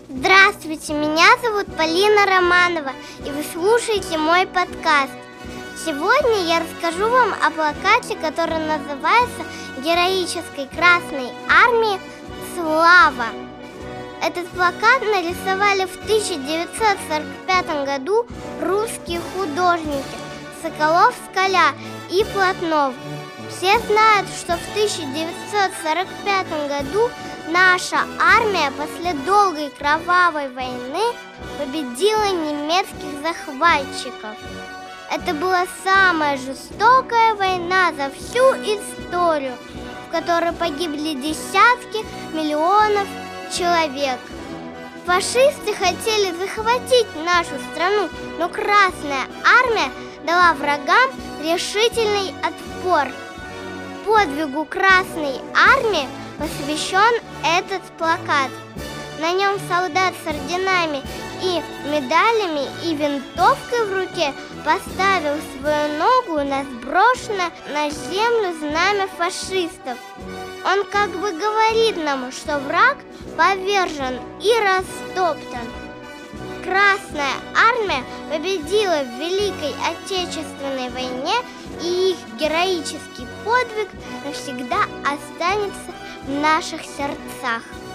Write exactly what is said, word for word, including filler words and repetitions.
Здравствуйте, меня зовут Полина Романова, и вы слушаете мой подкаст. Сегодня я расскажу вам о плакате, который называется «Героической Красной Армии Слава». Этот плакат нарисовали в тысяча девятьсот сорок пятом году русские художники Соколов-Скаля и Платнов. Все знают, что в тысяча девятьсот сорок пятом году наша армия после долгой кровавой войны победила немецких захватчиков. Это была самая жестокая война за всю историю, в которой погибли десятки миллионов человек. Фашисты хотели захватить нашу страну, но Красная Армия дала врагам решительный отпор. Подвигу Красной Армии посвящен этот плакат. На нем солдат с орденами и медалями и винтовкой в руке поставил свою ногу на сброшенное на землю знамя фашистов. Он как бы говорит нам, что враг повержен и растоптан. Красная Армия победила в Великой Отечественной войне, и их героический подвиг навсегда останется в наших сердцах.